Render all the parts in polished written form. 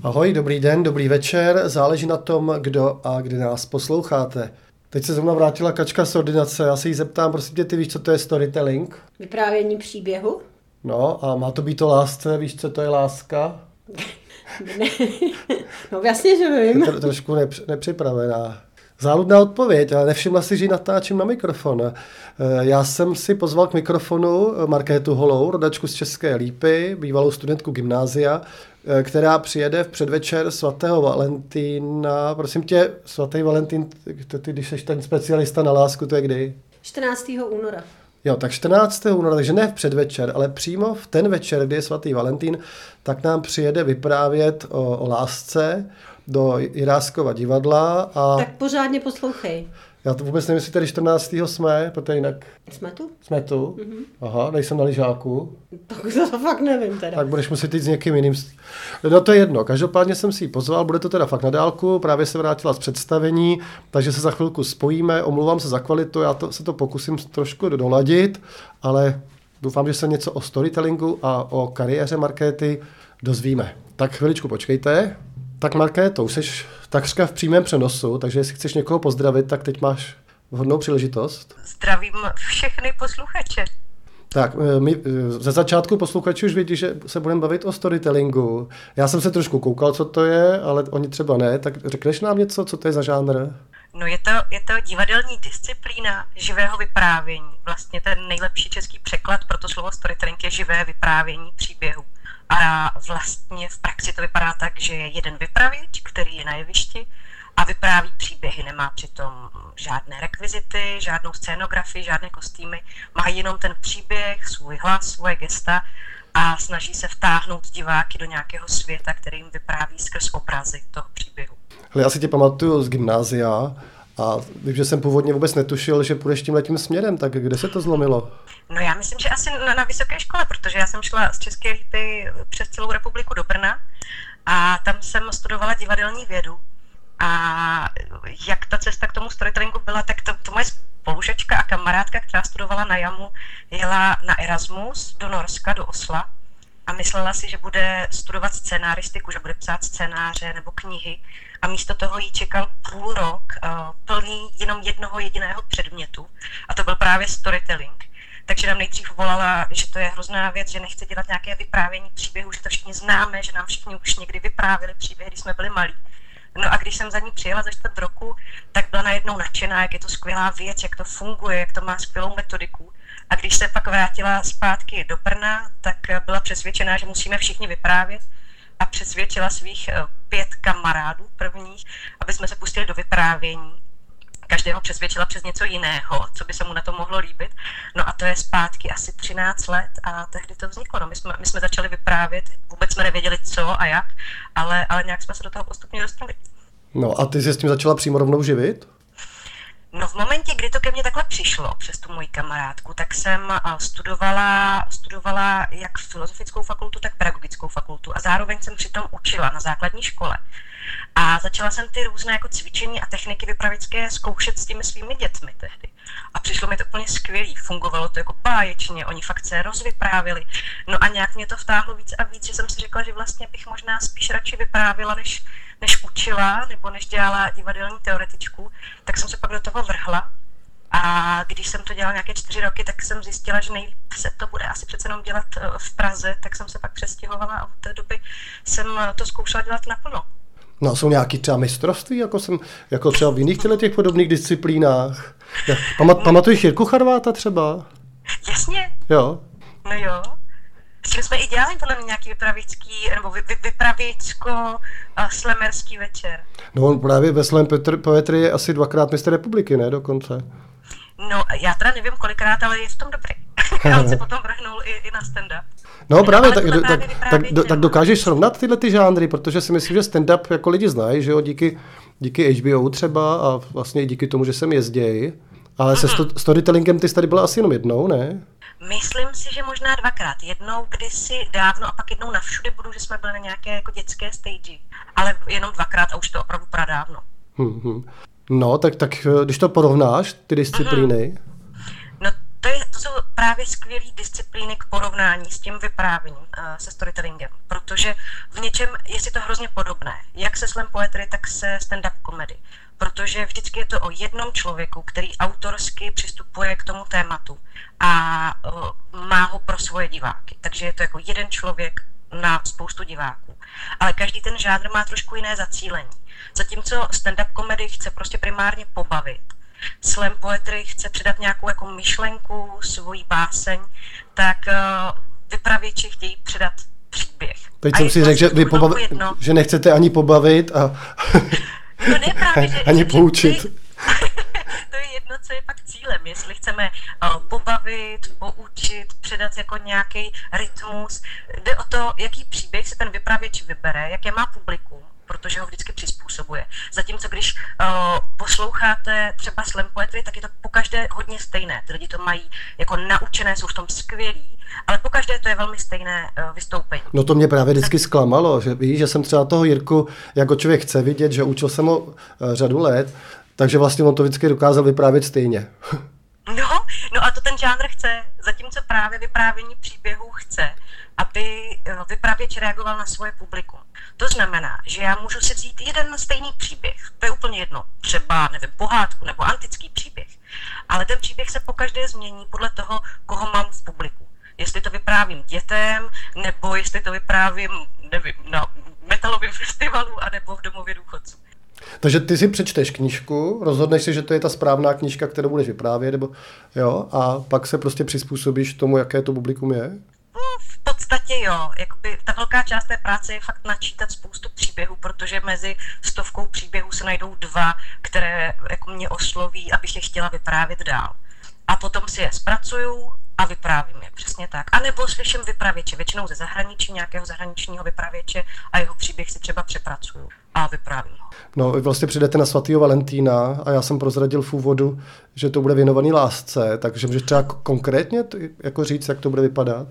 Ahoj, dobrý den, dobrý večer, záleží na tom, kdo a kdy nás posloucháte. Teď se zrovna vrátila Kačka z ordinace, já se jí zeptám, prosím tě, ty víš, co to je storytelling? Vyprávění příběhu? No a má to být o lásce, víš, co to je láska? Ne. No jasně, že vím. Trošku nepřipravená. Záludná odpověď, ale nevšimla si, že ji natáčím na mikrofon. Já jsem si pozval k mikrofonu Markétu Holou, rodačku z České Lípy, bývalou studentku gymnázia, která přijede v předvečer svatého Valentína. Prosím tě, svatý Valentín, ty, když jsi ten specialista na lásku, to je kdy? 14. února. Jo, tak 14. února, takže ne v předvečer, ale přímo v ten večer, kdy je svatý Valentín, tak nám přijede vyprávět o lásce do Jiráskova divadla. A tak pořádně poslouchej. Já to vůbec nevím, jestli tady 14. jsme, protože jinak... Jsme tu? Jsme tu? Mm-hmm. Aha, nejsem na lyžáku. Tak to fakt nevím teda. Tak budeš muset jít s někým jiným. No to je jedno, každopádně jsem si ji pozval, bude to teda fakt na dálku, právě se vrátila z představení, takže se za chvilku spojíme, omlouvám se za kvalitu, se to pokusím trošku doladit, ale doufám, že se něco o storytellingu a o kariéře Markéty dozvíme. Tak chviličku počkejte. Tak Markéto, už jsi takřka v přímém přenosu, takže jestli chceš někoho pozdravit, tak teď máš vhodnou příležitost. Zdravím všechny posluchače. Tak, my ze začátku posluchači už vědí, že se budeme bavit o storytellingu. Já jsem se trošku koukal, co to je, ale oni třeba ne. Tak řekneš nám něco, co to je za žánr? No je to divadelní disciplína živého vyprávění. Vlastně ten nejlepší český překlad pro to slovo storytelling je živé vyprávění příběhu. A vlastně v praxi to vypadá tak, že je jeden vypravěč, který je na jevišti a vypráví příběhy, nemá přitom žádné rekvizity, žádnou scénografii, žádné kostýmy, má jenom ten příběh, svůj hlas, svoje gesta a snaží se vtáhnout diváky do nějakého světa, který jim vypráví skrz obrazy toho příběhu. Hele, já si tě pamatuju z gymnázia a vím, že jsem původně vůbec netušil, že půjdeš tímhletím směrem, tak kde se to zlomilo? No já myslím, že asi na vysoké škole, protože já jsem šla z České Lípy přes celou republiku do Brna a tam jsem studovala divadelní vědu. A jak ta cesta k tomu storytellingu byla, tak to moje spolužačka a kamarádka, která studovala na JAMu, jela na Erasmus do Norska, do Osla a myslela si, že bude studovat scenaristiku, že bude psát scénáře nebo knihy a místo toho jí čekal půl rok plný jenom jednoho jediného předmětu a to byl právě storytelling. Takže nám nejdřív volala, že to je hrozná věc, že nechce dělat nějaké vyprávění příběhů, že to všichni známe, že nám všichni už někdy vyprávěli příběhy, když jsme byli malí. No a když jsem za ní přijela za 4 roku, tak byla najednou nadšená, jak je to skvělá věc, jak to funguje, jak to má skvělou metodiku. A když se pak vrátila zpátky do Brna, tak byla přesvědčená, že musíme všichni vyprávět a přesvědčila svých 5 kamarádů prvních, aby jsme se pustili do vyprávění. Každého přesvědčila přes něco jiného, co by se mu na to mohlo líbit. No a to je zpátky asi 13 let a tehdy to vzniklo. No, my jsme začali vyprávět, vůbec jsme nevěděli co a jak, ale nějak jsme se do toho postupně dostali. No a ty jsi s tím začala přímo rovnou živit? No v momentě, kdy to ke mně takhle přišlo přes tu moji kamarádku, tak jsem studovala jak filozofickou fakultu, tak pedagogickou fakultu a zároveň jsem přitom učila na základní škole. A začala jsem ty různé jako cvičení a techniky vypravěcké zkoušet s těmi svými dětmi tehdy. A přišlo mi to úplně skvělý, fungovalo to jako báječně, oni fakt se rozvyprávěli. No a nějak mě to vtáhlo víc a víc, že jsem si řekla, že vlastně bych možná spíš radši vyprávěla, než učila, nebo než dělala divadelní teoretičku, tak jsem se pak do toho vrhla. A když jsem to dělala nějaké 4 roky, tak jsem zjistila, že nejlíp se to bude asi přece jenom dělat v Praze, tak jsem se pak přestěhovala a od té doby jsem to zkoušela dělat naplno. No jsou nějaký třeba mistrovství, jako třeba v jiných těch podobných disciplínách? Pamatuješ Jirku Charváta třeba? Jasně. Jo. No jo. S tím jsme i dělali podle mě nějaký vypravěcký, nebo vypravěcko-slemerský večer. No on právě ve slam poetry je asi 2krát mistr republiky, ne dokonce? No já teda nevím kolikrát, ale je v tom dobrý. On se potom vrhnul i na stand-up. No právě, tak dokážeš srovnat tyhle ty žánry, protože si myslím, že stand-up jako lidi znají, že jo, díky HBO třeba a vlastně i díky tomu, že sem jezdějí. Ale se storytellingem ty jsi tady byla asi jenom jednou, ne? Myslím si, že možná 2krát. Jednou kdysi dávno a pak jednou na Všude budu, že jsme byli na nějaké jako dětské stage. Ale jenom 2krát a už to opravdu pradávno. No, tak když to porovnáš, ty disciplíny. No to jsou právě právě skvělý disciplíny k porovnání s tím vyprávěním, se storytellingem, protože v něčem je si to hrozně podobné, jak se slam poetry, tak se stand-up komedy, protože vždycky je to o jednom člověku, který autorsky přistupuje k tomu tématu a má ho pro svoje diváky, takže je to jako jeden člověk na spoustu diváků, ale každý ten žánr má trošku jiné zacílení, zatímco stand-up komedy chce prostě primárně pobavit, slam poetry chce předat nějakou jako myšlenku, svoji báseň, tak vypravěči chtějí předat příběh. Teď jsem si řekl, že nechcete ani pobavit a no ne, právě, že ani poučit. To je jedno, co je pak cílem. Jestli chceme pobavit, poučit, předat jako nějaký rytmus. Jde o to, jaký příběh si ten vypravěč vybere, jaké má publikum, protože ho vždycky přizpůsobuje. Zatímco když posloucháte třeba slam poetry, tak je to pokaždé hodně stejné. Ty lidi to mají jako naučené, jsou v tom skvělí, ale pokaždé to je velmi stejné vystoupení. No to mě právě vždycky zklamalo, že víš, že jsem třeba toho Jirku, jako člověk chce vidět, že učil jsem ho řadu let, takže vlastně on to vždycky dokázal vyprávět stejně. No a to ten žánr chce, zatímco právě vyprávění příběhů chce, aby vypravěč reagoval na svoje publikum. To znamená, že já můžu si vzít jeden stejný příběh, to je úplně jedno, třeba, nevím, pohádku nebo antický příběh, ale ten příběh se pokaždé změní podle toho, koho mám v publiku. Jestli to vyprávím dětem, nebo jestli to vyprávím, nevím, na metalovém festivalu, anebo v domově důchodců. Takže ty si přečteš knížku, rozhodneš si, že to je ta správná knížka, kterou budeš vyprávět, nebo jo, a pak se prostě přizpůsobíš tomu, jaké to publikum je? V podstatě jo, jakoby ta velká část té práce je fakt načítat spoustu příběhů, protože mezi 100 příběhů se najdou 2, které jako mě osloví, abych je chtěla vyprávět dál. A potom si je zpracuju a vyprávím je, přesně tak. A nebo slyším vypravěče, většinou ze zahraničí, nějakého zahraničního vypravěče a jeho příběh si třeba přepracuju a vyprávím ho. No, vy vlastně přijdete na svatého Valentína a já jsem prozradil v úvodu, že to bude věnovaný lásce, takže můžeš třeba konkrétně jako říct, jak to bude vypadat?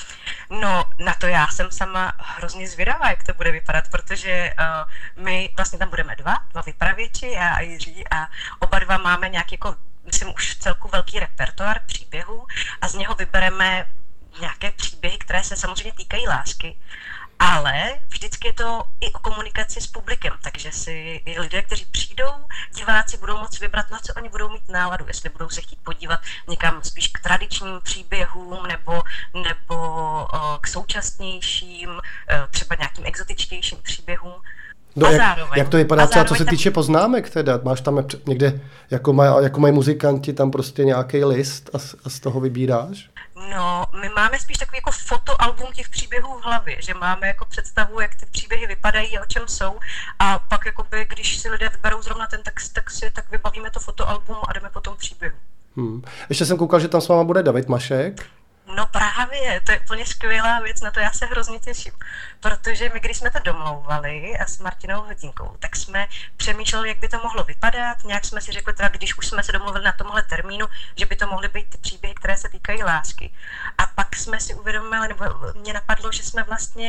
No, na to já jsem sama hrozně zvědavá, jak to bude vypadat, protože my vlastně tam budeme dva vypravěči, já a Jiří, a oba dva máme nějaký jako, myslím, už celku velký repertoár příběhů a z něho vybereme nějaké příběhy, které se samozřejmě týkají lásky, ale vždycky je to i o komunikaci s publikem, takže si lidé, kteří přijdou, diváci budou moct vybrat, na co oni budou mít náladu, jestli budou se chtít podívat někam spíš k tradičním příběhům nebo k současnějším, třeba nějakým exotičtějším příběhům. No, jak to vypadá třeba, co se týče poznámek teda? Máš tam někde, jako mají muzikanti, tam prostě nějaký list a z toho vybíráš? No, my máme spíš takový jako fotoalbum těch příběhů v hlavě, že máme jako představu, jak ty příběhy vypadají a o čem jsou, a pak jakoby, když si lidé vyberou zrovna ten text, tak vybavíme to fotoalbum a jdeme po tom příběhu. Ještě jsem koukal, že tam s váma bude David Mašek. No právě, to je úplně skvělá věc, na to já se hrozně těším, protože my, když jsme to domlouvali a s Martinou Hodinkou, tak jsme přemýšleli, jak by to mohlo vypadat, nějak jsme si řekli, teda, když už jsme se domluvili na tomhle termínu, že by to mohly být ty příběhy, které se týkají lásky. A pak jsme si uvědomili, nebo mě napadlo, že jsme vlastně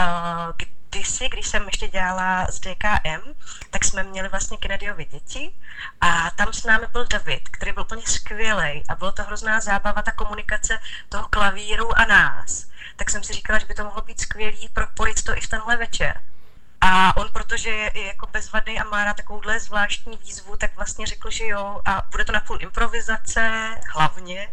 kdysi, když jsem ještě dělala s DKM, tak jsme měli vlastně Kennedyovy děti a tam s námi byl David, který byl úplně skvělej a bylo to hrozná zábava, ta komunikace toho klavíru a nás. Tak jsem si říkala, že by to mohlo být skvělý propojit to i v tenhle večer. A on, protože je jako bezvadný a má rád takovouhle zvláštní výzvu, tak vlastně řekl, že jo, a bude to na půl improvizace, hlavně.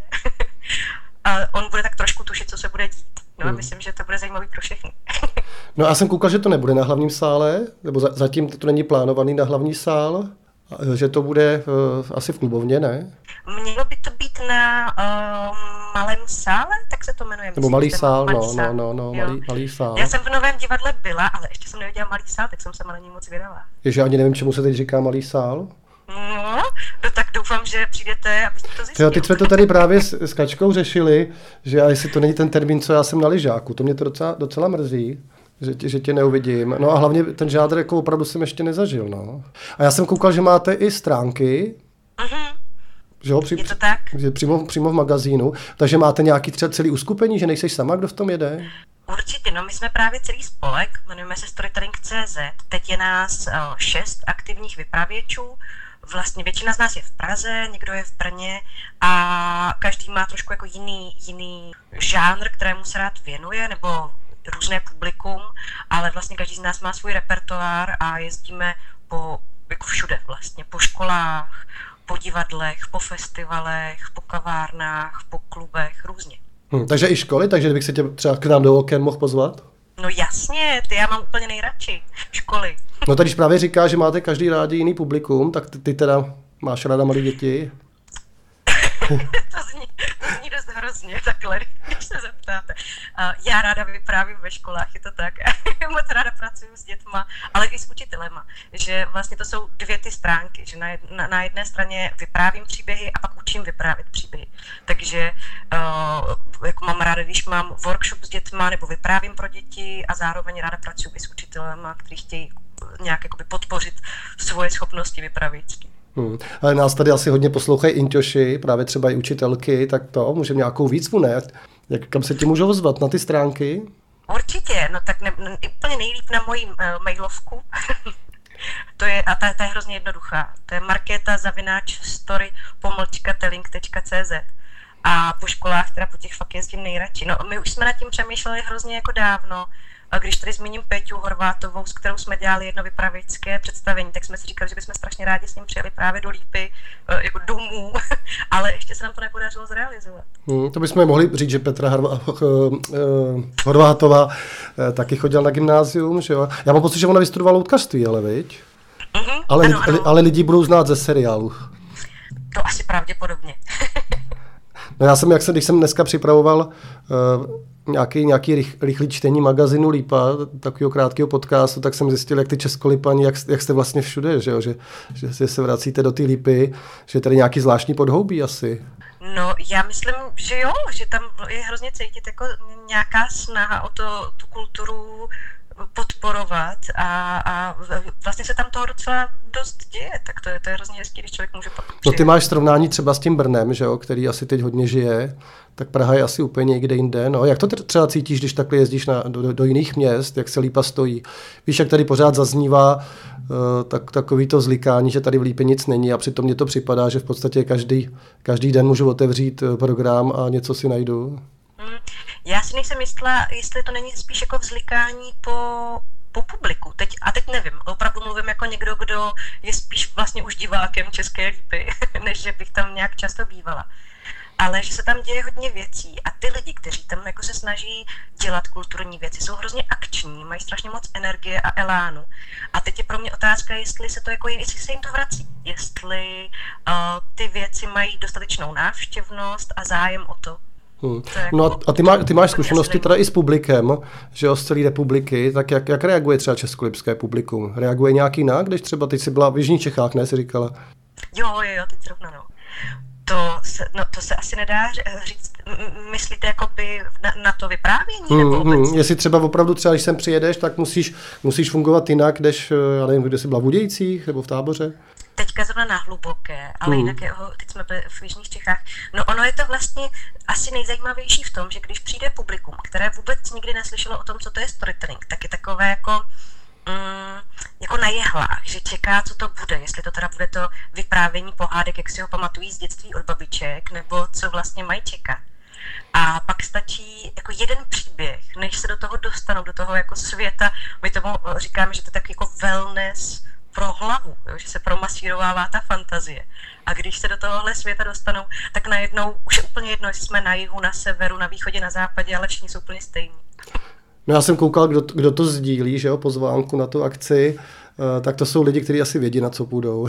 A on bude tak trošku tušit, co se bude dít. No a myslím, že to bude zajímavý pro všechny. No já jsem koukal, že to nebude na hlavním sále, nebo zatím to není plánovaný na hlavní sál, že to bude asi v klubovně, ne? Mělo by to být na malém sále, tak se to jmenuje. Nebo malý sál, malý sál. Já jsem v Novém divadle byla, ale ještě jsem neviděla malý sál, tak jsem se na něj moc vydala. Ježe, ani nevím, čemu se teď říká malý sál. No, tak doufám, že přijdete, abyste to zjistili. Teď jsme to tady právě s Kačkou řešili, že jestli to není ten termín, co já jsem na lyžáku, to mě to docela mrzí, že tě neuvidím. No a hlavně ten žánr jako opravdu jsem ještě nezažil, no. A já jsem koukal, že máte i stránky, že jo, je to tak? Přímo v magazínu, takže máte nějaký třeba celý uskupení, že nejseš sama, kdo v tom jede? Určitě, no my jsme právě celý spolek, jmenujeme se Storytelling.cz, teď je nás 6 aktivních vypravěčů, vlastně většina z nás je v Praze, někdo je v Brně a každý má trošku jako jiný žánr, kterému se rád věnuje, nebo různé publikum, ale vlastně každý z nás má svůj repertoár a jezdíme jako všude vlastně, po školách, po divadlech, po festivalech, po kavárnách, po klubech, různě. Takže i školy, takže kdybych se tě třeba k nám do oken mohl pozvat? No jasně, ty já mám úplně nejradši školy. No tady když právě říká, že máte každý rádi jiný publikum, tak ty teda máš ráda malé děti? To zní dost hrozně takhle, když se zeptáte. Já ráda vyprávím ve školách, je to tak. Moc ráda pracuji s dětma, ale i s učitelema. Že vlastně to jsou dvě ty stránky, že na jedné straně vyprávím příběhy a pak učím vyprávět příběhy. Takže jako mám ráda, když mám workshop s dětma nebo vyprávím pro děti a zároveň ráda pracuji i s učitelema, kteří chtějí nějak jakoby podpořit svoje schopnosti vypravěčky. Ale nás tady asi hodně poslouchají inťoši, právě třeba i učitelky, tak to můžeme nějakou výzvu, ne? Kam se ti můžou ozvat? Na ty stránky? Určitě, no tak úplně nejlíp na moji mailovku. To je hrozně jednoduchá. To je markéta@story-telling.cz a po školách, teda po těch fakt jezdím nejradši. No my už jsme nad tím přemýšleli hrozně jako dávno. A když tady zmíním Péťu Horvátovou, s kterou jsme dělali jedno vypravěčské představení, tak jsme si říkali, že bychom strašně rádi s ním přijeli právě do Lípy, jako domů, ale ještě se nám to nepodařilo zrealizovat. To bychom mohli říct, že Petra Horvátová taky chodila na gymnázium, že jo? Já mám pocit, že ona vystudovala loutkařství, ale viď? Ano. Ale lidi budou znát ze seriálu. To asi pravděpodobně. No já jsem, když jsem dneska připravoval nějaký rychlý čtení magazínu Lípa, takového krátkého podcastu, tak jsem zjistil, jak ty českolipani, jak jste vlastně všude, že jo? Že se vracíte do té Lípy, že je tady nějaký zvláštní podhoubí asi. No já myslím, že jo, že tam je hrozně cítit jako nějaká snaha o tu kulturu podporovat a vlastně se tam toho docela dost děje, tak to je hrozně hezký, když člověk může pak přijet. No ty máš srovnání třeba s tím Brnem, že jo, který asi teď hodně žije, tak Praha je asi úplně někde jinde. No, jak to třeba cítíš, když takhle jezdíš do jiných měst, jak se Lípa stojí? Víš, jak tady pořád zaznívá takový to zlikání, že tady v Lípě nic není a přitom mně to připadá, že v podstatě každý den můžu otevřít program a něco si najdu. Já si nejsem jistla, jestli to není spíš jako vzlikání po publiku. Teď nevím, opravdu mluvím jako někdo, kdo je spíš vlastně už divákem České Lípy, než že bych tam nějak často bývala. Ale že se tam děje hodně věcí a ty lidi, kteří tam jako se snaží dělat kulturní věci, jsou hrozně akční, mají strašně moc energie a elánu. A teď je pro mě otázka, jestli se jim to vrací, jestli ty věci mají dostatečnou návštěvnost a zájem o to. No a ty máš zkušenosti teda i s publikem, že jo, z celé republiky, tak jak reaguje třeba českolipské publikum? Reaguje nějak jinak, když třeba teď jsi byla v Jižních Čechách, ne, jsi říkala? Jo, teď zrovna, no. To se asi nedá říct, myslíte jakoby na to vyprávění? Jestli třeba opravdu když sem přijedeš, tak musíš fungovat jinak, než, já nevím, kde jsi byla v Budějcích nebo v Táboře? Teďka zrovna na Hluboké, ale jinak teď jsme byli v Jižních Čechách. No ono je to vlastně asi nejzajímavější v tom, že když přijde publikum, které vůbec nikdy neslyšelo o tom, co to je storytelling, tak je takové jako na jehlách, že čeká, co to bude, jestli to teda bude to vyprávění pohádek, jak si ho pamatují z dětství od babiček, nebo co vlastně mají čekat. A pak stačí jako jeden příběh, než se do toho dostanou, do toho jako světa. My tomu říkáme, že to je tak jako wellness pro hlavu, jo, že se promasírovává ta fantazie. A když se do tohohle světa dostanou, tak najednou už je úplně jedno, jestli jsme na jihu, na severu, na východě, na západě, ale všichni jsou úplně stejní. No já jsem koukal, kdo to sdílí, že jo, pozvánku na tu akci, tak to jsou lidi, kteří asi vědí, na co půjdou.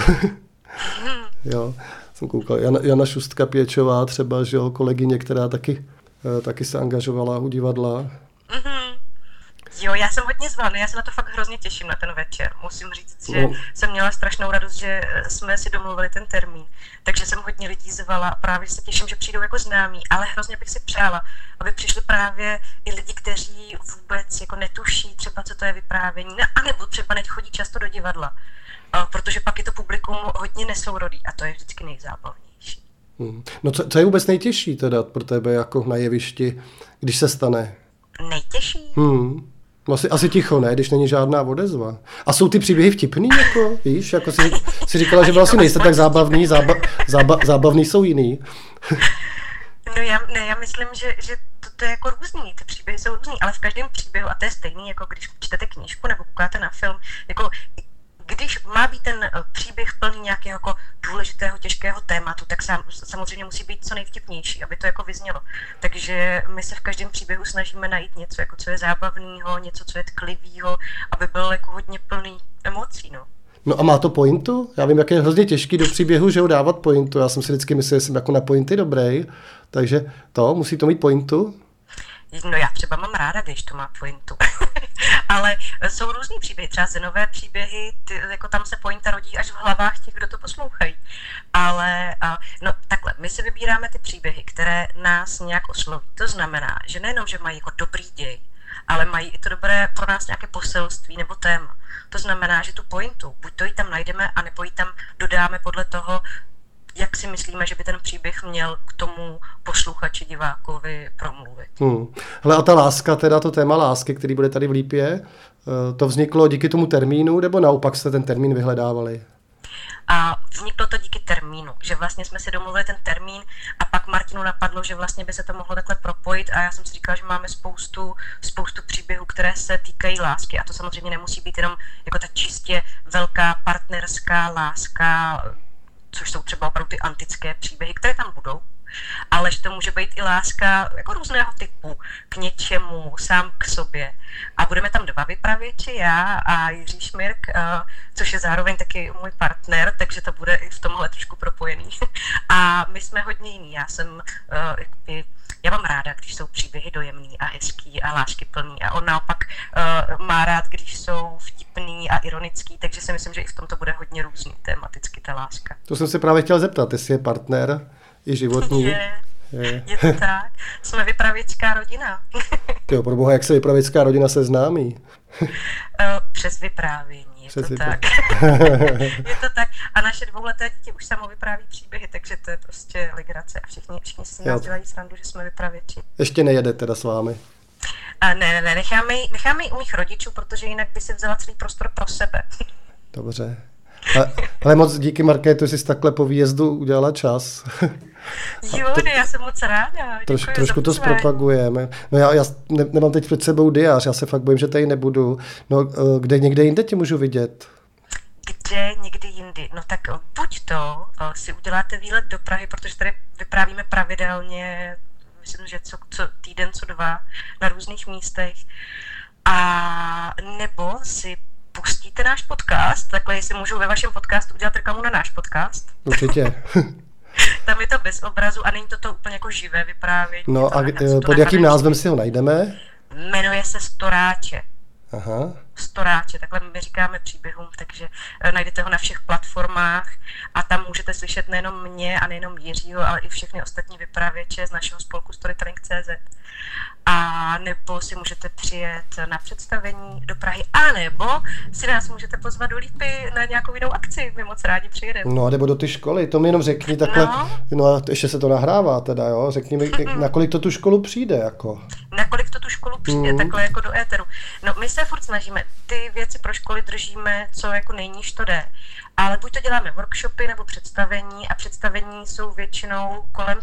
Jo, jsem koukal, Jana Šustka-Pěčová třeba, že jo, kolegyně, která taky se angažovala u divadla. Jo, já jsem hodně zvaná, já se na to fakt hrozně těším, na ten večer. Musím říct, že jsem měla strašnou radost, že jsme si domluvili ten termín. Takže jsem hodně lidí zvala a právě se těším, že přijdou jako známí, ale hrozně bych si přála, aby přišli právě i lidi, kteří vůbec jako netuší třeba, co to je vyprávění, anebo třeba nechodí často do divadla, protože pak je to publikum hodně nesourodý a to je vždycky nejzábavnější. No co je vůbec nejtěžší teda pro tebe jako na jevišti, když se stane? Nejtěžší? Asi ticho, ne, když není žádná odezva. A jsou ty příběhy vtipný, jako, víš, jako si říkala, že vlastně nejste tak zábavný, zábavný jsou jiný. No já myslím, že to je jako různý, ty příběhy jsou různý, ale v každém příběhu, a to je stejný, jako když čtete knížku nebo koukáte na film, jako když má být ten příběh plný nějakého jako důležitého, těžkého tématu, tak samozřejmě musí být co nejvtipnější, aby to jako vyznělo. Takže my se v každém příběhu snažíme najít něco, jako co je zábavného, něco, co je tklivého, aby byl jako hodně plný emocí, no. No a má to pointu? Já vím, jak je hrozně těžký do příběhu, že ho dávat pointu. Já jsem si vždycky myslel, že jsem jako na pointy dobrý, takže musí to mít pointu? No já třeba mám ráda, když to má pointu. Ale jsou různý příběhy, třeba zenové příběhy, jako tam se pointa rodí až v hlavách těch, kdo to poslouchají. Ale no takhle, my si vybíráme ty příběhy, které nás nějak osloví. To znamená, že nejenom, že mají jako dobrý děj, ale mají i to dobré pro nás nějaké poselství nebo téma. To znamená, že tu pointu, buď to ji tam najdeme, anebo ji tam dodáme podle toho, jak si myslíme, že by ten příběh měl k tomu posluchači, divákovi promluvit. Hele, a ta láska, teda to téma lásky, který bude tady v Lípě, to vzniklo díky tomu termínu, nebo naopak jste ten termín vyhledávali? A vzniklo to díky termínu, že vlastně jsme si domluvili ten termín a pak Martinu napadlo, že vlastně by se to mohlo takhle propojit a já jsem si říkala, že máme spoustu příběhů, které se týkají lásky a to samozřejmě nemusí být jenom jako ta čistě velká partnerská láska, což jsou třeba opravdu ty antické příběhy, které tam budou, ale že to může být i láska jako různého typu, k něčemu, sám k sobě. A budeme tam dva vypravěči, já a Jiří Šmirk, což je zároveň taky můj partner, takže to bude i v tomhle trošku propojený. A my jsme hodně jiný. Já mám ráda, když jsou příběhy dojemný a hezký a láskyplný a on naopak má rád, když jsou vtipný a ironický, takže si myslím, že i v tom to bude hodně různý tematicky ta láska. To jsem se právě chtěl zeptat, jestli je partner i životní. Je to tak. Jsme vypravěčská rodina. Jo, pro boha, jak se vypravěčská rodina seznámí? Přes vyprávění, je to tak. Je to tak. A naše dvouleté děti už samovypráví příběhy, takže to je prostě legrace. A všichni si nás dělají srandu, že jsme vypravěči. Ještě nejede teda s vámi? Ne, necháme ji u mých rodičů, protože jinak by si vzala celý prostor pro sebe. Dobře. Ale moc díky, Markéto, jsi takhle po výjezdu udělala čas. Jo, já jsem moc ráda. Trošku to zpropagujeme. No já nemám teď před sebou diář, já se fakt bojím, že tady nebudu. No, kde někde jinde tě můžu vidět? Kde někdy jindy? No tak buď to si uděláte výlet do Prahy, protože tady vyprávíme pravidelně, myslím, že co týden, co dva, na různých místech. A nebo si pustíte náš podcast, takhle jestli můžu ve vašem podcastu udělat reklamu na náš podcast. Určitě. Tam je to bez obrazu a není to úplně jako živé vyprávění. No a pod jakým názvem si ho najdeme? Jmenuje se Storáče. Aha. Storáče, takhle my říkáme příběhům, takže najdete ho na všech platformách a tam můžete slyšet nejenom mě a nejenom Jiřího, ale i všechny ostatní vypravěče z našeho spolku Storytelling.cz. A nebo si můžete přijet na představení do Prahy, a nebo si nás můžete pozvat do Lípy na nějakou jinou akci, my moc rádi přijedeme. No a nebo do ty školy, to mi jenom řekni takhle, no a ještě se to nahrává teda, jo, řekni mi, na kolik to tu školu přijde, jako. Na kolik to tu školu přijde, takhle jako do éteru. No my se furt snažíme, ty věci pro školy držíme, co jako nejníž to jde, ale buď to děláme workshopy nebo představení a představení jsou většinou kolem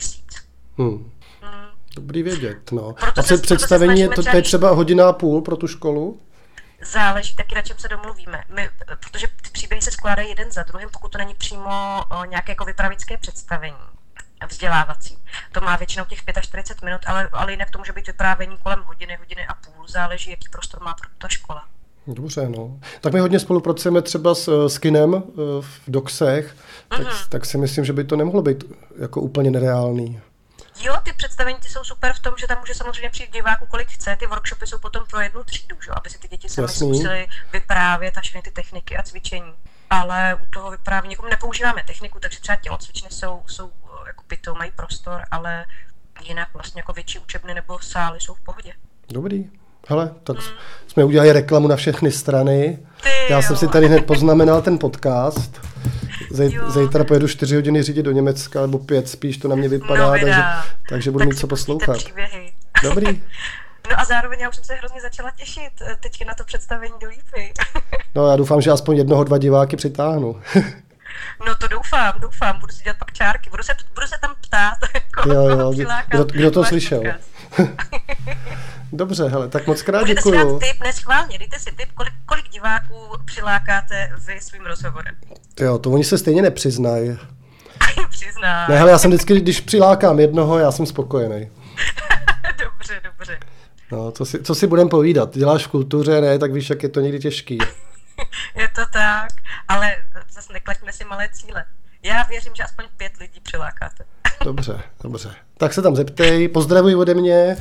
5 000. Dobrý vědět, no. A představení to je třeba 1,5 hodiny pro tu školu? Záleží taky, na čem se domluvíme. Protože ty příběhy se skládají jeden za druhým, pokud to není přímo nějaké jako vypravické představení vzdělávací. To má většinou těch 45 minut, ale jinak to může být vyprávění kolem hodiny a půl, záleží, jaký prostor má pro ta škola. Dobře, no. Tak my hodně spolupracujeme třeba s kinem v Doxech, tak si myslím, že by to nemohlo být jako úplně nereálný. Jo, ty představení ty jsou super v tom, že tam může samozřejmě přijít diváků, kolik chce. Ty workshopy jsou potom pro jednu třídu, že? Aby si ty děti sami zkusily vyprávět a všechny ty techniky a cvičení. Ale u toho vyprávění nepoužíváme techniku, takže třeba tělocvičny jsou jako to mají prostor, ale jinak vlastně jako větší učebny nebo sály jsou v pohodě. Dobrý. Hele, tak jsme udělali reklamu na všechny strany. Já jsem si tady hned poznamenal ten podcast. Zítra pojedu 4 hodiny řídit do Německa, nebo 5 spíš, to na mě vypadá, takže budu mít co poslouchat. Dobrý. No a zároveň já už jsem se hrozně začala těšit teďka na to představení do Lípy. No já doufám, že aspoň 1-2 diváky přitáhnu. No to doufám, budu si dělat pak čárky, budu se tam ptát, jo, kdo to slyšel. Dobře, hele, tak moc krát děkuju. Můžete si dát tip, neschválně, dejte si tip, kolik diváků přilákáte vy svým rozhovorem. Jo, to oni se stejně nepřiznají. Přiznám. Ne, hele, já jsem vždycky, když přilákám jednoho, já jsem spokojený. Dobře. No, co si budem povídat? Děláš v kultuře, ne, tak víš, jak je to někdy těžký. Je to tak, ale zase neklaďme si malé cíle. Já věřím, že aspoň 5 lidí přilákáte. Dobře. Tak se tam zeptej, pozdravuj ode mě.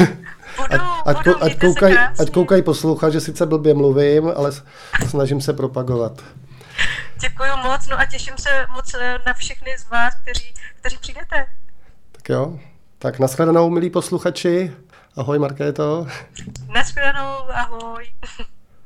Ať koukají poslouchat, že sice blbě mluvím, ale snažím se propagovat. Děkuju moc, no a těším se moc na všechny z vás, kteří přijdete. Tak jo, tak nashledanou, milí posluchači. Ahoj, Markéto. Nashledanou, ahoj.